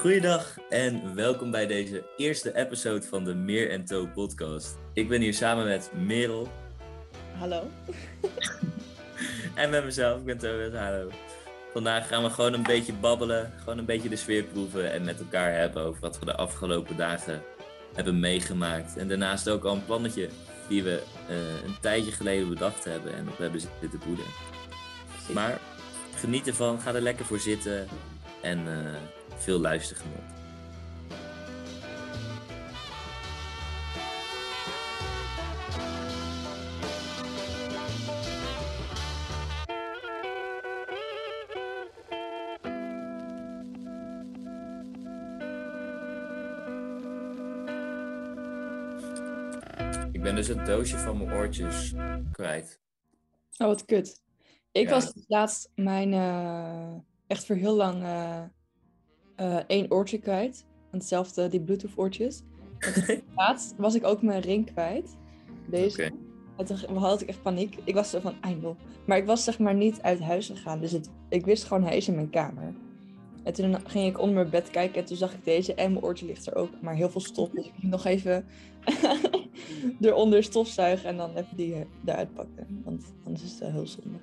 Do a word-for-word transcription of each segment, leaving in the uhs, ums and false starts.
Goeiedag en welkom bij deze eerste episode van de Meer en Toe podcast. Ik ben hier samen met Merel. Hallo. En met mezelf, ik ben Tobias, hallo. Vandaag gaan we gewoon een beetje babbelen, gewoon een beetje de sfeer proeven en met elkaar hebben over wat we de afgelopen dagen hebben meegemaakt. En daarnaast ook al een plannetje die we uh, een tijdje geleden bedacht hebben en op hebben zitten broeden. Maar geniet ervan, ga er lekker voor zitten en uh, veel luistergenot. Ik ben dus het doosje van mijn oortjes kwijt. Oh, wat kut. Ik Ja. was laatst mijn, uh, echt voor heel lang uh, uh, één oortje kwijt. Hetzelfde, die Bluetooth oortjes. En laatst was ik ook mijn ring kwijt. Deze. Okay. En toen had ik echt paniek. Ik was zo van, eindel. Maar ik was zeg maar niet uit huis gegaan. Dus het, ik wist gewoon, hij is in mijn kamer. En toen ging ik onder mijn bed kijken en toen zag ik deze en mijn oortje ligt er ook. Maar heel veel stof, dus ik ging nog even eronder stofzuigen en dan even die eruit pakken. Want anders is het heel zonde.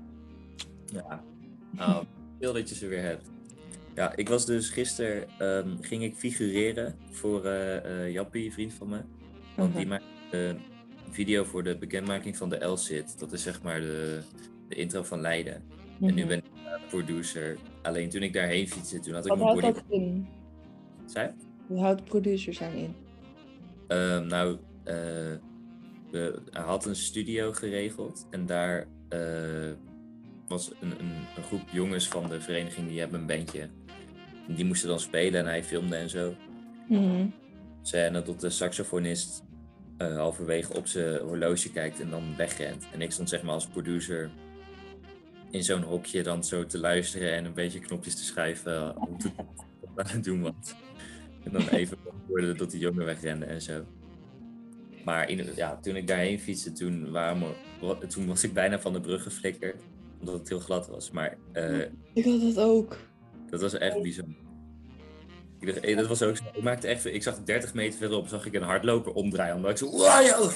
Ja, nou, veel dat je ze weer hebt. Ja, ik was dus gisteren, um, ging ik figureren voor uh, uh, Jappie, vriend van me. Want uh-huh. die maakte een video voor de bekendmaking van de L-Sit. Dat is zeg maar de, de intro van Leiden. Uh-huh. En nu ben ik uh, producer. Alleen toen ik daarheen fietste, toen had ik Wat mijn body... body... Wat houdt dat in? Zij? Wat houdt producer zijn in? Um, nou, uh, we, hij had een studio geregeld. En daar uh, was een, een, een groep jongens van de vereniging, die hebben een bandje. En die moesten dan spelen en hij filmde en zo. Mm-hmm. Scène tot de saxofonist uh, halverwege op zijn horloge kijkt en dan wegrent. En ik stond zeg maar als producer in zo'n hokje dan zo te luisteren en een beetje knopjes te schuiven om te aan het doen was. En dan even hoorde dat die jongen wegrende en zo. Maar in, ja, toen ik daarheen fietste, toen, waren we, toen was ik bijna van de brug geflikkerd. Omdat het heel glad was. Maar, uh, ik had dat ook. Dat was echt bizar. Ik, dacht, hey, dat was ook zo. Ik maakte echt, ik zag dertig meter verderop, zag ik een hardloper omdraaien. Omdat ik zo, wow, joh!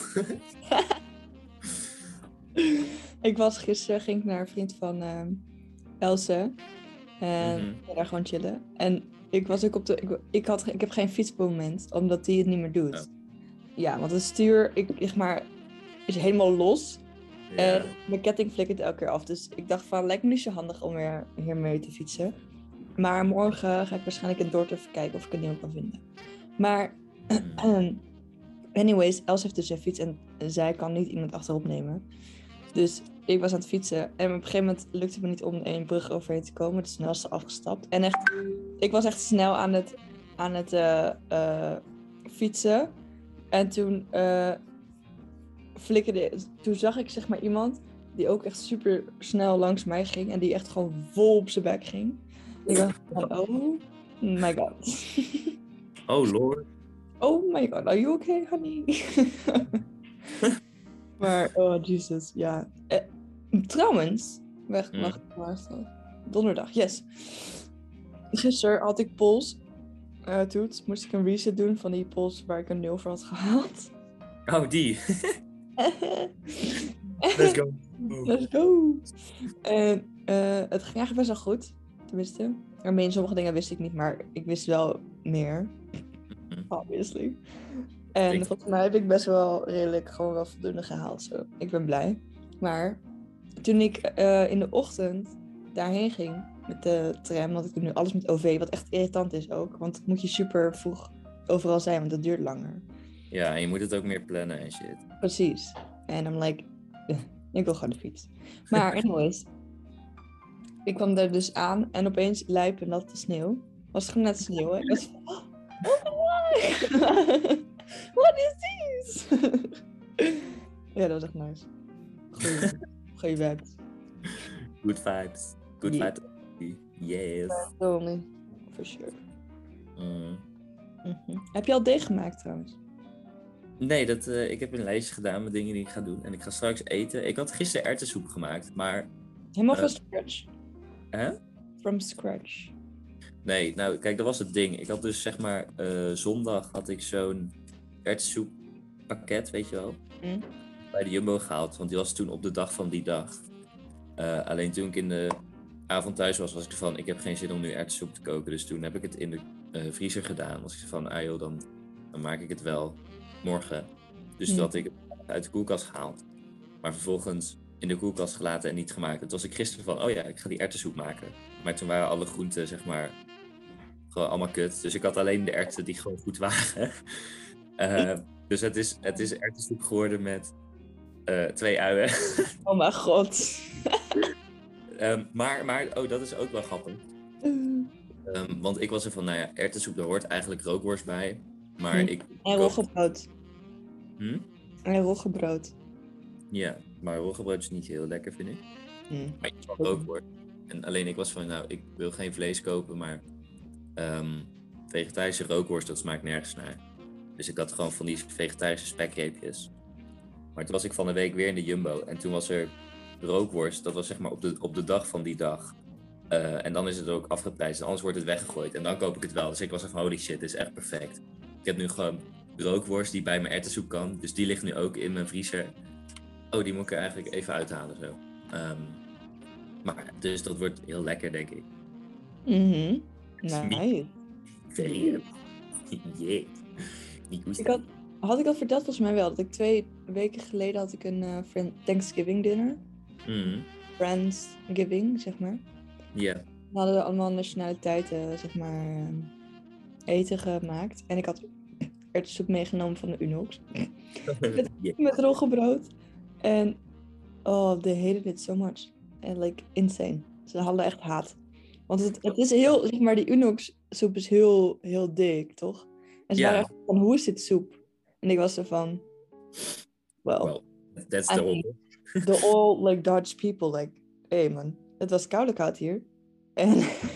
Ik was gisteren, ging ik naar een vriend van uh, Else. En mm-hmm. we daar gewoon chillen. En ik was ook op de, ik, ik, had, ik heb geen fietsmoment, omdat die het niet meer doet. Oh. Ja, want het stuur, ik, zeg maar, is helemaal los. Yeah. En mijn ketting flikkert elke keer af. Dus ik dacht van, lijkt me niet zo handig om weer hiermee te fietsen. Maar morgen ga ik waarschijnlijk in Dordt even kijken of ik een nieuwe kan vinden. Maar, mm. anyways, Els heeft dus een fiets en zij kan niet iemand achterop nemen. Dus ik was aan het fietsen en op een gegeven moment lukte het me niet om één brug overheen te komen. Dus snel is ze afgestapt. En echt, ik was echt snel aan het, aan het uh, uh, fietsen. En toen, uh, flikkerde, toen zag ik zeg maar iemand die ook echt super snel langs mij ging. En die echt gewoon vol op zijn bek ging. Ik dacht van, oh my god. Oh lord. Oh my god, are you okay, honey? Maar, oh Jesus, ja. Eh, trouwens, weg, Mm. wacht, waar is dat? Donderdag, yes. Gisteren had ik pols uh, toets. Moest ik een reset doen van die pols waar ik een nul voor had gehaald. Oh, die. Let's go. Let's go. En uh, het ging eigenlijk best wel goed, tenminste. I mean, sommige dingen wist ik niet, maar ik wist wel meer. Mm-hmm. Obviously. En ik... volgens mij heb ik best wel redelijk gewoon wel voldoende gehaald. Zo. Ik ben blij. Maar toen ik uh, in de ochtend daarheen ging met de tram, want ik doe nu alles met O V, wat echt irritant is ook. Want moet je super vroeg overal zijn, want dat duurt langer. Ja, en je moet het ook meer plannen en shit. Precies. En I'm like, ik wil gewoon de fiets. Maar anyways, ik kwam daar dus aan en opeens lijp en natte sneeuw. Was het gewoon net sneeuw, hè? Ik was van, oh my what is this? Ja, dat was echt nice. Goeie, goeie vibes. Good vibes. Good yeah. vibes. Yes. Only. For sure. Mm. Mm-hmm. Heb je al deeg gemaakt trouwens? Nee, dat, uh, ik heb een lijstje gedaan met dingen die ik ga doen. En ik ga straks eten. Ik had gisteren erwtensoep gemaakt, maar... Helemaal uh, from scratch? Hè? Huh? From scratch. Nee, nou kijk, dat was het ding. Ik had dus zeg maar uh, zondag had ik zo'n erwtensoep pakket, weet je wel, Hm? bij de Jumbo gehaald. Want die was toen op de dag van die dag. Uh, alleen toen ik in de avond thuis was, was ik ervan, ik heb geen zin om nu erwtensoep te koken. Dus toen heb ik het in de uh, vriezer gedaan. Was ik van, ah joh, dan, dan maak ik het wel morgen. Dus Hm. toen had ik het uit de koelkast gehaald. Maar vervolgens in de koelkast gelaten en niet gemaakt. Toen was ik gisteren van, oh ja, ik ga die erwtensoep maken. Maar toen waren alle groenten, zeg maar, gewoon allemaal kut. Dus ik had alleen de erwten die gewoon goed waren. uh, dus het is, het is erwtensoep geworden met uh, twee uien. Oh mijn god. um, maar, maar, oh, dat is ook wel grappig. Um, want ik was er van, nou ja, erwtensoep, daar hoort eigenlijk rookworst bij. Maar hm. ik... En roggebrood. Hm? En roggebrood. Ja, maar roggebrood is niet heel lekker, vind ik. Hm. Maar iets van rookworst. En alleen ik was van, nou, ik wil geen vlees kopen, maar um, vegetarische rookworst, dat smaakt nergens naar. Dus ik had gewoon van die vegetarische spekreepjes. Maar toen was ik van een week weer in de Jumbo. En toen was er rookworst, dat was zeg maar op de, op de dag van die dag. Uh, en dan is het ook afgeprijsd, anders wordt het weggegooid. En dan koop ik het wel. Dus ik was van, holy shit, dit is echt perfect. Ik heb nu gewoon rookworst die bij mijn erwtensoep kan. Dus die ligt nu ook in mijn vriezer. Oh, die moet ik er eigenlijk even uithalen zo. Um, maar dus dat wordt heel lekker, denk ik. Mhm. Nice. Very yeah. Ik had, had ik al verteld, volgens mij wel, dat ik twee weken geleden had ik een uh, Thanksgiving dinner. Mm. Friendsgiving, zeg maar. Ja. Yeah. We hadden allemaal nationaliteiten, zeg maar, eten gemaakt. En ik had erwtensoep meegenomen van de Unox. met, yeah. met roggebrood. En oh, they hated it so much. And like, insane. Ze hadden echt haat. Want het, het is heel, zeg maar, die Unox soep is heel, heel dik, toch? En ze yeah. waren echt van, hoe is dit soep? En ik was er van, well, well that's the all. The all, like, Dutch people, like, hey man, het was koude koud hier. En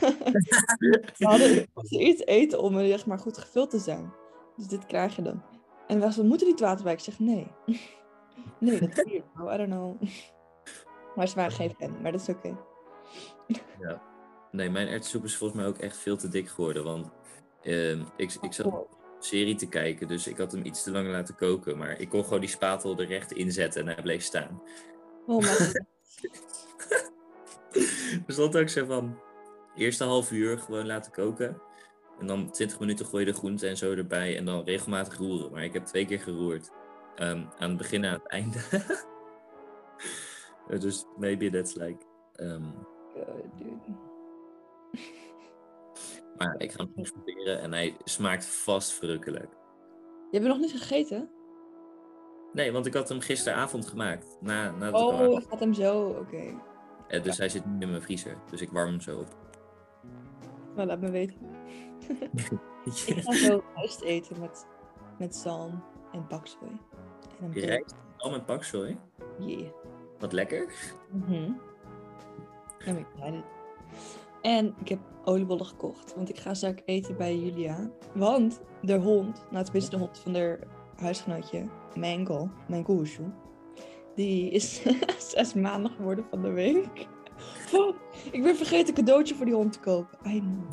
we hadden iets eten om echt maar goed gevuld te zijn. Dus dit krijg je dan. En we moeten niet water bij. Ik zeg, nee. Nee, dat is hier. Oh, I don't know. Maar ze waren geen fan, maar dat is oké. Okay. Ja. Nee, mijn erwtensoep is volgens mij ook echt veel te dik geworden. Want uh, ik, ik zat een serie te kijken, dus ik had hem iets te lang laten koken. Maar ik kon gewoon die spatel er recht inzetten en hij bleef staan. Oh mijn god. Dus dat ook zo van, eerste half uur gewoon laten koken. En dan twintig minuten gooi je de groenten en zo erbij. En dan regelmatig roeren. Maar ik heb twee keer geroerd. Um, aan het begin en aan het einde. Dus maybe that's like... Um... God, dude. Maar ik ga hem nog proberen en hij smaakt vast verrukkelijk. Je hebt hem nog niet gegeten? Nee, want ik had hem gisteravond gemaakt. Na, na oh, je gaat hem zo, oké. Okay. Uh, dus ja. Hij zit nu in mijn vriezer. Dus ik warm hem zo op. Maar laat me weten. Ik ga zo rijst eten met, met zalm en paksoi. En je rijst, zalm en paksoi? Yeah. Wat lekker. Mm-hmm. I'm excited. En ik heb oliebollen gekocht. Want ik ga straks eten bij Julia. Want de hond, nou tenminste de hond van haar huisgenootje, Mango, Mangoeshu, die is zes maanden geworden van de week. Oh, ik ben vergeten een cadeautje voor die hond te kopen. I know.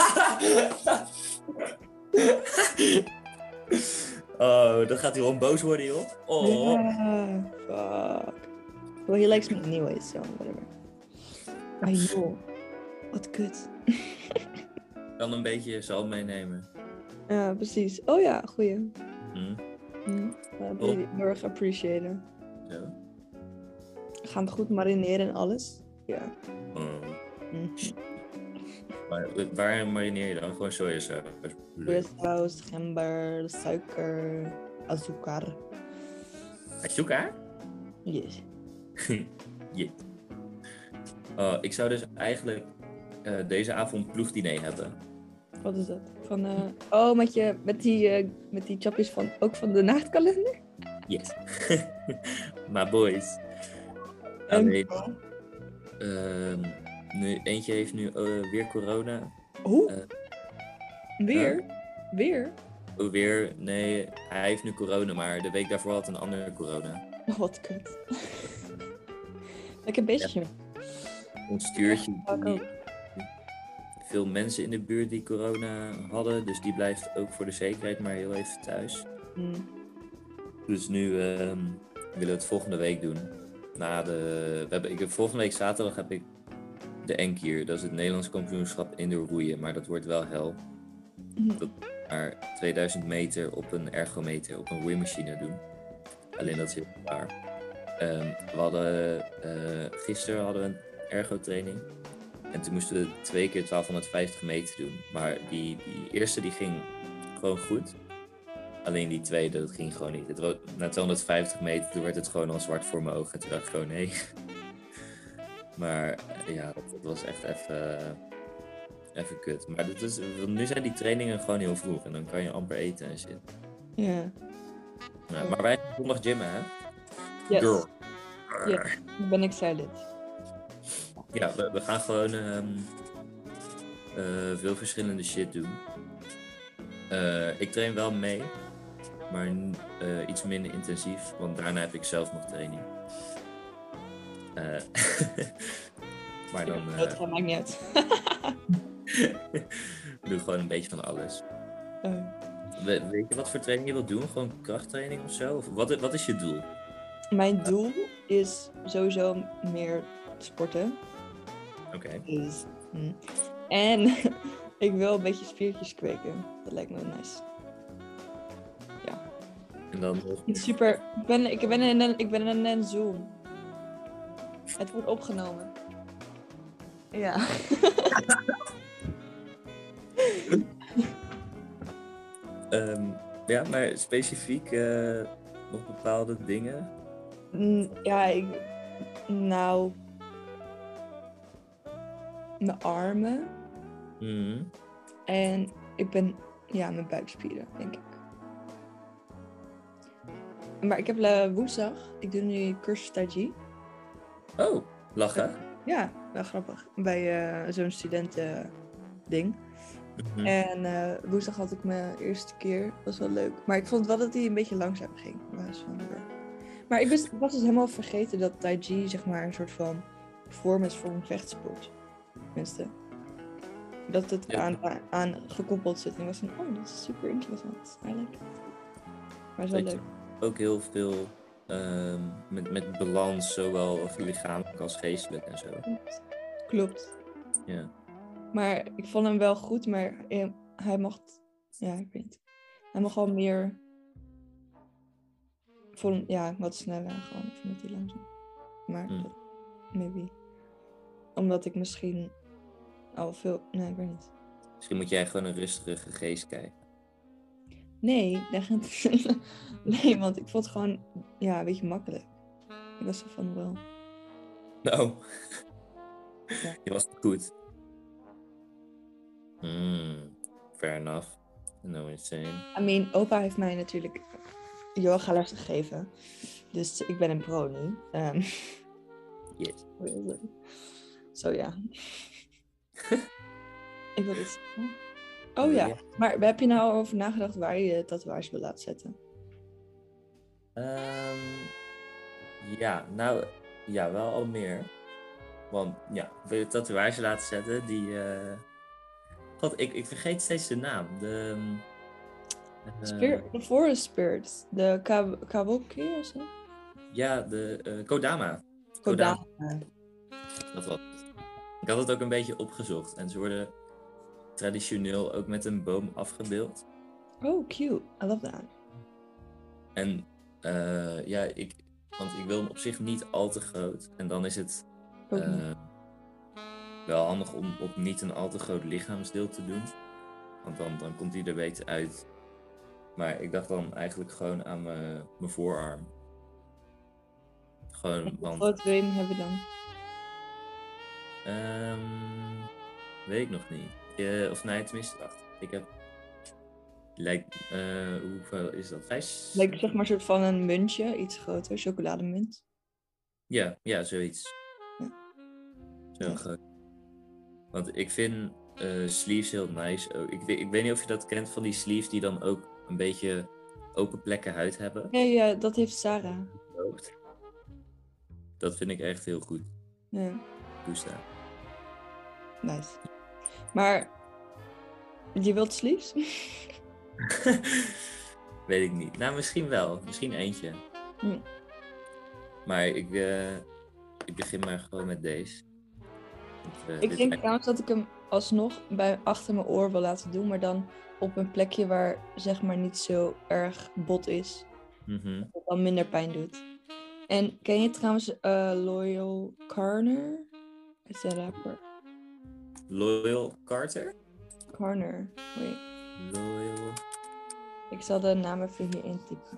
Oh, dan gaat die hond boos worden, joh. Oh. Yeah, fuck. Well, he likes me anyway, so whatever. I know. Wat kut. Kan een beetje zalm meenemen. Ja, precies. Oh ja, goeie. Mm. Mm. Dat wil ik heel erg appreciëren. Zo. We gaan het goed marineren en alles. Ja. Mm. Mm-hmm. Maar waar marineer je dan? Gewoon sojasaus? Sojasaus, gember, suiker, azúcar. Azúcar? Yes. Yeah. Oh, ik zou dus eigenlijk uh, deze avond ploegdiner hebben. Wat is dat? Van, uh... Oh, met, je, met, die, uh, met die chapjes van, ook van de nachtkalender? Yes. My boys. Alleen, uh, nu, eentje heeft nu uh, weer corona. Hoe? Uh, weer? Uh, weer? Oh, weer? Nee, hij heeft nu corona, maar de week daarvoor had een andere corona. Oh, wat kut. Lekker beetje. Ja. Een stuurtje. Ja, veel mensen in de buurt die corona hadden. Dus die blijft ook voor de zekerheid maar heel even thuis. Mm. Dus nu uh, willen we het volgende week doen. Na de, we hebben, ik heb, volgende week zaterdag heb ik de Enkier. Dat is het Nederlands kampioenschap indoor roeien. Maar dat wordt wel hel. Mm. Dat maar tweeduizend meter op een ergometer, op een roeimachine doen. Alleen dat is heel zwaar. Um, we hadden, uh, gisteren hadden we een ergotraining. En toen moesten we twee keer twaalfhonderdvijftig meter doen. Maar die, die eerste die ging gewoon goed. Alleen die tweede, dat ging gewoon niet. Het was, na tweehonderdvijftig meter toen werd het gewoon al zwart voor mijn ogen. En toen dacht ik gewoon nee. Maar ja, dat, dat was echt even, even kut. Maar dit is, nu zijn die trainingen gewoon heel vroeg. En dan kan je amper eten en shit. Ja. Ja, maar wij gaan zondag gymmen, hè? Yes. Girl. Yes. Ik ben excited. Ja, we, we gaan gewoon um, uh, veel verschillende shit doen. Uh, ik train wel mee, maar uh, iets minder intensief, want daarna heb ik zelf nog training. Uh, maar dan... Uh, dat gaat maakt niet uit. we doen gewoon een beetje van alles. Uh. We, weet je wat voor training je wilt doen? Gewoon krachttraining of zo? Of wat, wat is je doel? Mijn doel is sowieso meer sporten. Oké. Okay. Dus, mm. En ik wil een beetje spiertjes kweken. Dat lijkt me nice. Ja. En dan nog... Super. Ik ben, ik ben in een, ik ben in een Zoom. Het wordt opgenomen. Ja. um, ja, maar specifiek uh, nog bepaalde dingen? Mm, ja, ik... Nou... Mijn armen. Mm-hmm. En ik ben... Ja, mijn buikspieren, denk ik. Maar ik heb uh, woensdag... Ik doe nu cursus Tai Chi. Oh, lachen? Ja, wel grappig. Bij uh, zo'n studenten ding. Mm-hmm. En uh, woensdag had ik mijn eerste keer. Dat was wel leuk. Maar ik vond wel dat hij een beetje langzaam ging. Was van, uh... Maar ik, wist, ik was dus helemaal vergeten dat Tai Chi zeg maar een soort van vorm is voor een vechtsport. Tenminste. Dat het ja. aan, aan, aan gekoppeld zit. En ik was van, oh, dat is super interessant. I like it. Maar is wel leuk. Ook heel veel um, met, met balans, zowel lichamelijk als geestelijk en zo. Klopt. Klopt. Ja. Maar ik vond hem wel goed, maar hij mocht... Ja, ik weet niet. Hij mocht al meer... Ik vond hem, ja, wat sneller gewoon. Ik vond het heel langzaam. Maar, mm. dat, maybe. Omdat ik misschien al veel... Nee, ik weet niet. Misschien moet jij gewoon een rustige geest kijken. Nee, dat gaat... nee, want ik vond het gewoon... Ja, een beetje makkelijk. Ik was er van wel... Nou. Ja. Je was goed. Mm, fair enough. I know what you're saying. I mean, opa heeft mij natuurlijk yoga-les gegeven. Dus ik ben een pro nu. Um, yes. Zo ja. Ik wil dit zeggen. Oh ja, maar heb je nou over nagedacht waar je je tatoeage wil laten zetten? Um, ja, nou, ja, wel al meer. Want ja, wil je tatoeage laten zetten, die... Uh... God, ik, ik vergeet steeds de naam. De... Uh... Spirit, de Forest Spirits. De Kab- Kabuki of zo? Ja, de uh, Kodama. Kodama. Kodama. Dat was het. Ik had het ook een beetje opgezocht. En ze worden traditioneel ook met een boom afgebeeld. Oh, cute. I love that. En uh, ja, ik... Want ik wil hem op zich niet al te groot. En dan is het... Uh, wel handig om op niet een al te groot lichaamsdeel te doen. Want dan, dan komt hij er beter uit. Maar ik dacht dan eigenlijk gewoon aan mijn voorarm. Gewoon, Hoe want... groot wil je hem hebben dan? Um, weet ik nog niet. Uh, of nee, tenminste, wacht. Ik heb... Lijkt... Uh, hoeveel is dat? Vijf? Lijkt zeg maar een soort van een muntje. Iets groter. Chocolademunt. Ja, ja, zoiets. Ja. Zo ja. Groot. Want ik vind uh, sleeves heel nice. Oh, ik, ik weet niet of je dat kent van die sleeves die dan ook een beetje open plekken huid hebben. Ja, ja, dat heeft Sarah. Dat vind ik echt heel goed. Ja. Gusta. Nice. Maar je wilt sleeves? Weet ik niet. Nou, misschien wel. Misschien eentje. Hm. Maar ik, uh, ik begin maar gewoon met deze. Want, uh, Ik dit denk lijkt... trouwens dat ik hem alsnog bij achter mijn oor wil laten doen, maar dan op een plekje waar zeg maar niet zo erg bot is. Mm-hmm. Dat dan minder pijn doet. En ken je trouwens uh, Loyal Carner? Is dat rapper? Loyal Carter? Carner, wait. Loyal... Ik zal de naam even hier intypen.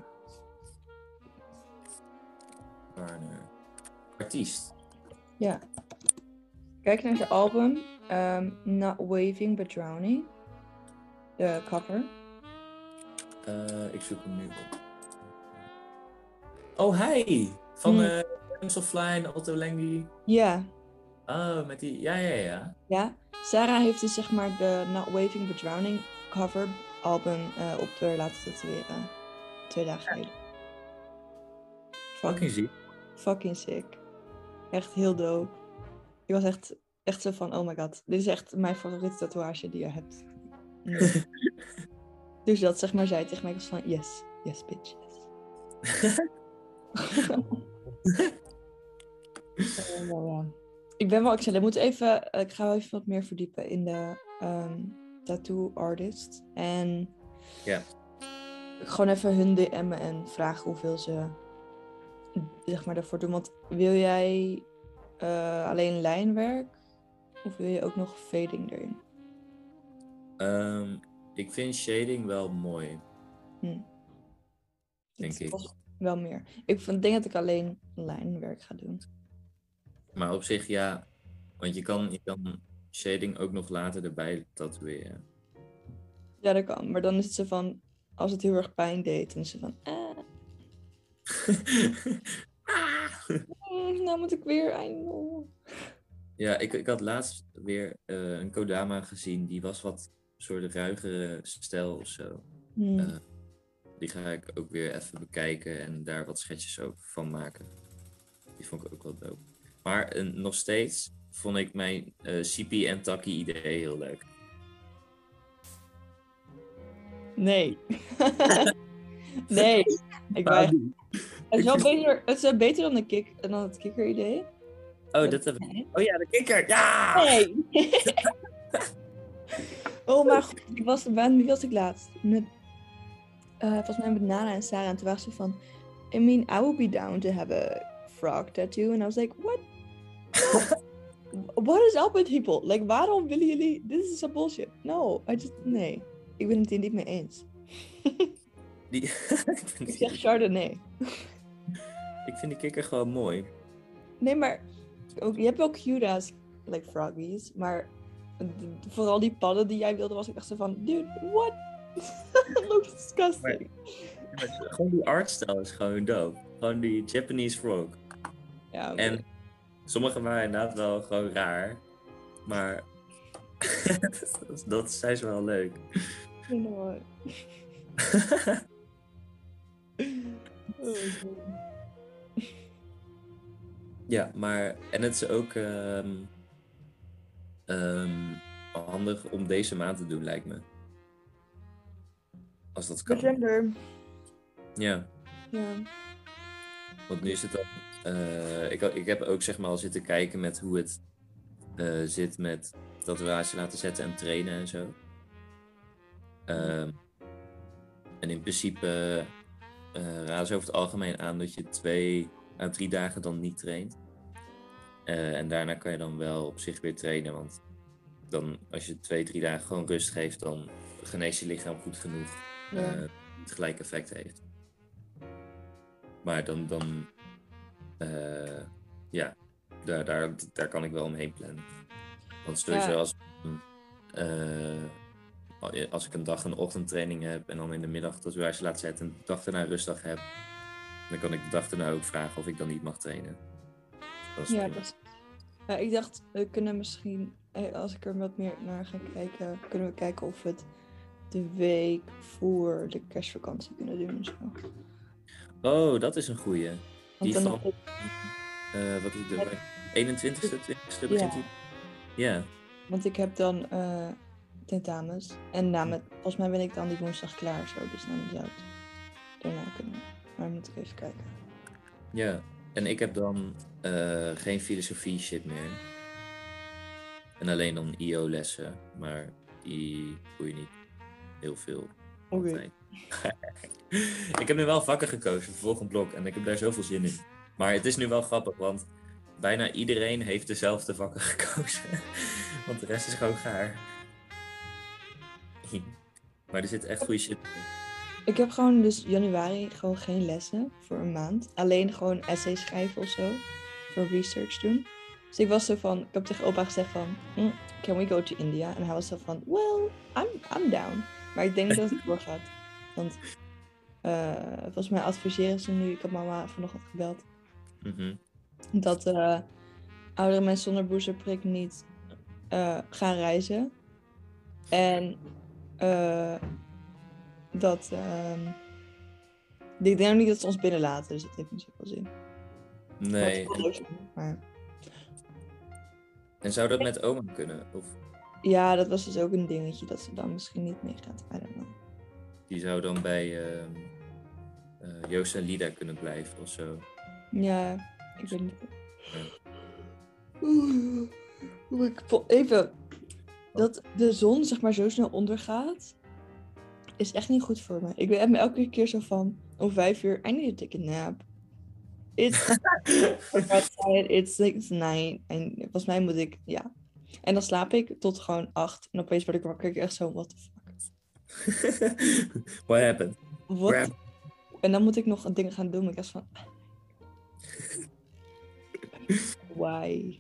Carter. Artiest. Ja. Kijk naar zijn album. Um, Not Waving But Drowning. De cover. Uh, ik zoek hem nu op. Oh, hij! Van Hmm. uh, Wings of Fly en Otto Lengi. Ja. Oh, met die... Ja, ja, ja. Ja. Sarah heeft dus zeg maar de Not Waving But Drowning cover album uh, op de laten tatoeëren. Twee dagen geleden. Fucking ziek. Fucking sick. Echt heel dope. Ik was echt, echt zo van, oh my god. Dit is echt mijn favoriete tatoeage die je hebt. Nee. Dus dat zeg maar zei tegen mij. Ik was van, yes. Yes, bitch. Yes. uh, ja, ja. Ik ben wel excited. Ik moet even, ik ga wel even wat meer verdiepen in de um, tattoo artist. En ja. gewoon even hun D M'en en vragen hoeveel ze zeg maar daarvoor doen. Want wil jij uh, alleen lijnwerk of wil je ook nog fading erin? Um, ik vind shading wel mooi. Hm. Denk het ik. Wel meer. Ik denk dat ik alleen lijnwerk ga doen. Maar op zich ja, want je kan, je kan shading ook nog later erbij tatoeëren. Ja, dat kan. Maar dan is het zo van, als het heel erg pijn deed, dan is het van, ah. ah. Mm, nou moet ik weer, I know. Ja, ik, ik had laatst weer uh, een Kodama gezien, die was wat soort ruigere stijl of zo. Hmm. Uh, die ga ik ook weer even bekijken en daar wat schetsjes over van maken. Die vond ik ook wel dope. Maar uh, nog steeds vond ik mijn uh, Sipi en Taki idee heel leuk. Nee. nee. Ik weiger. Het is wel beter, het is wel beter dan, de kick, dan het kikker-idee. Oh, dat heb ik. Oh ja, de kikker! Ja! Nee! oh, maar goed. Ik was erbij. Wie was ik laatst? Met, uh, volgens mij met Nana en Sarah. En toen waren ze van... I mean, I would be down to have a frog tattoo. And I was like, what? What is up with people? Like, waarom willen jullie... This is some bullshit. No, I just... Nee. Ik ben het hier niet mee eens. Die... ik zeg Chardonnay. Ik vind die kikker gewoon mooi. Nee, maar... Ook, je hebt wel cute ass, like, froggies. Maar... De, vooral die padden die jij wilde, was ik echt zo van... Dude, what? That looks disgusting. Maar, maar, gewoon die artstyle is gewoon dope. Gewoon die Japanese frog. Ja, okay. En sommige waren inderdaad wel gewoon raar. Maar... dat, dat zijn ze wel leuk. You know what? oh, ja, maar... En het is ook... Um, um, handig om deze maand te doen, lijkt me. Als dat kan. December. Ja. Ja. Want nu is het dan... Uh, ik, ik heb ook zeg maar al zitten kijken met hoe het uh, zit met tatoeage laten zetten en trainen en zo. Uh, en in principe uh, raden ze over het algemeen aan dat je twee à drie dagen dan niet traint. Uh, en daarna kan je dan wel op zich weer trainen. Want dan als je twee, drie dagen gewoon rust geeft, dan geneest je lichaam goed genoeg. Uh, Ja. het gelijk effect heeft. Maar dan, dan uh, ja, daar, daar, daar kan ik wel omheen plannen. Want sowieso Ja. als, uh, als ik een dag een ochtendtraining heb en dan in de middag tatoeage laat zetten en de dag daarna een rustdag heb, dan kan ik de dag daarna ook vragen of ik dan niet mag trainen. Dat is Ja, prima. dus, ja, ik dacht, we kunnen misschien, als ik er wat meer naar ga kijken, kunnen we kijken of we het de week voor de kerstvakantie kunnen doen en zo. Oh, dat is een goeie. Want Die dan van, uh, wat is het, de eenentwintigste, twintigste begint Ja. die? Ja. Want ik heb dan uh, tentamens. En na met, volgens mij ben ik dan die woensdag klaar zo. Dus dan zou het daarna kunnen. Maar moet ik even kijken. Ja, en ik heb dan uh, geen filosofie shit meer. En alleen dan I O-lessen. Maar die doe je niet heel veel. Oké. Okay. Ik heb nu wel vakken gekozen voor volgend blok. En ik heb daar zoveel zin in. Maar het is nu wel grappig, want bijna iedereen heeft dezelfde vakken gekozen. Want de rest is gewoon gaar. Maar er zit echt goede shit in. Ik heb gewoon dus januari gewoon geen lessen voor een maand. Alleen gewoon essay schrijven of zo. Voor research doen. Dus ik was zo van, ik heb tegen opa gezegd van, mm, can we go to India? En hij was zo van, well, I'm, I'm down. Maar ik denk niet dat het doorgaat. Want uh, volgens mij adviseren ze nu, ik heb mama vanochtend gebeld. Mm-hmm. Dat uh, oudere mensen zonder boosterprik niet uh, gaan reizen. En uh, dat... Uh, ik denk ook niet dat ze ons binnenlaten, dus dat heeft niet zoveel zin. Nee. Leuk, maar... En zou dat met oma kunnen? Of... Ja, dat was dus ook een dingetje, dat ze dan misschien niet meegaat. I don't know. Die zou dan bij uh, uh, Joost en Lida kunnen blijven of zo. Ja, ik weet niet. Ja. Ik vond even... Dat de zon zeg maar zo snel ondergaat, is echt niet goed voor me. Ik heb me elke keer zo van, om vijf uur, I need to take a nap. It's, it's like nine. En volgens mij moet ik, ja. En dan slaap ik tot gewoon acht. En opeens word ik wakker. Ik echt zo, what the fuck. What happened? What? What? En dan moet ik nog dingen gaan doen. Ik was van... Why?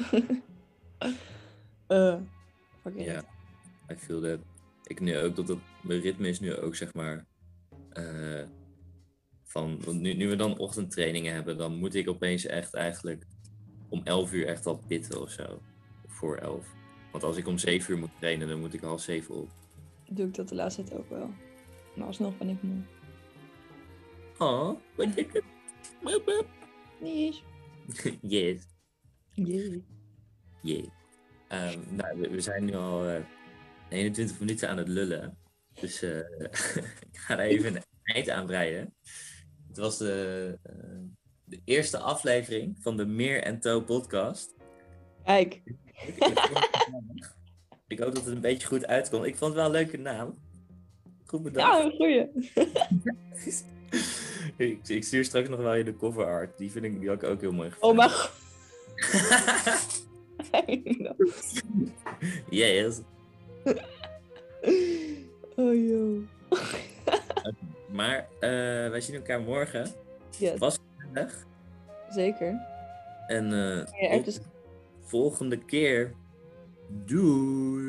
uh, Ja, yeah, I feel that. Ik nu ook, dat het, mijn ritme is nu ook zeg maar... Uh, van, want nu, nu we dan ochtendtrainingen hebben, dan moet ik opeens echt eigenlijk om elf uur echt al pitten of zo. Of voor elf. Want als ik om zeven uur moet trainen, dan moet ik half zeven op. Doe ik dat de laatste tijd ook wel. Maar alsnog ben ik moe. Oh, wat ik... Yes. Yes. Yeah. Yeah. Um, nou, we, we zijn nu al uh, eenentwintig minuten aan het lullen. Dus uh, ik ga er even een eind aan breien. Het was de, uh, de eerste aflevering van de Meer en Toe podcast. Kijk. Ik hoop dat het een beetje goed uitkomt. Ik vond het wel een leuke naam. Goed bedankt. Ja, een goeie. ik, ik stuur straks nog wel je de cover art. Die vind ik, die had ik ook heel mooi gevonden. Oh mijn god. Yes. Oh joh. Maar uh, wij zien elkaar morgen. Yes. Was gezellig. Zeker. En uh, ja, tot de volgende keer. Doei.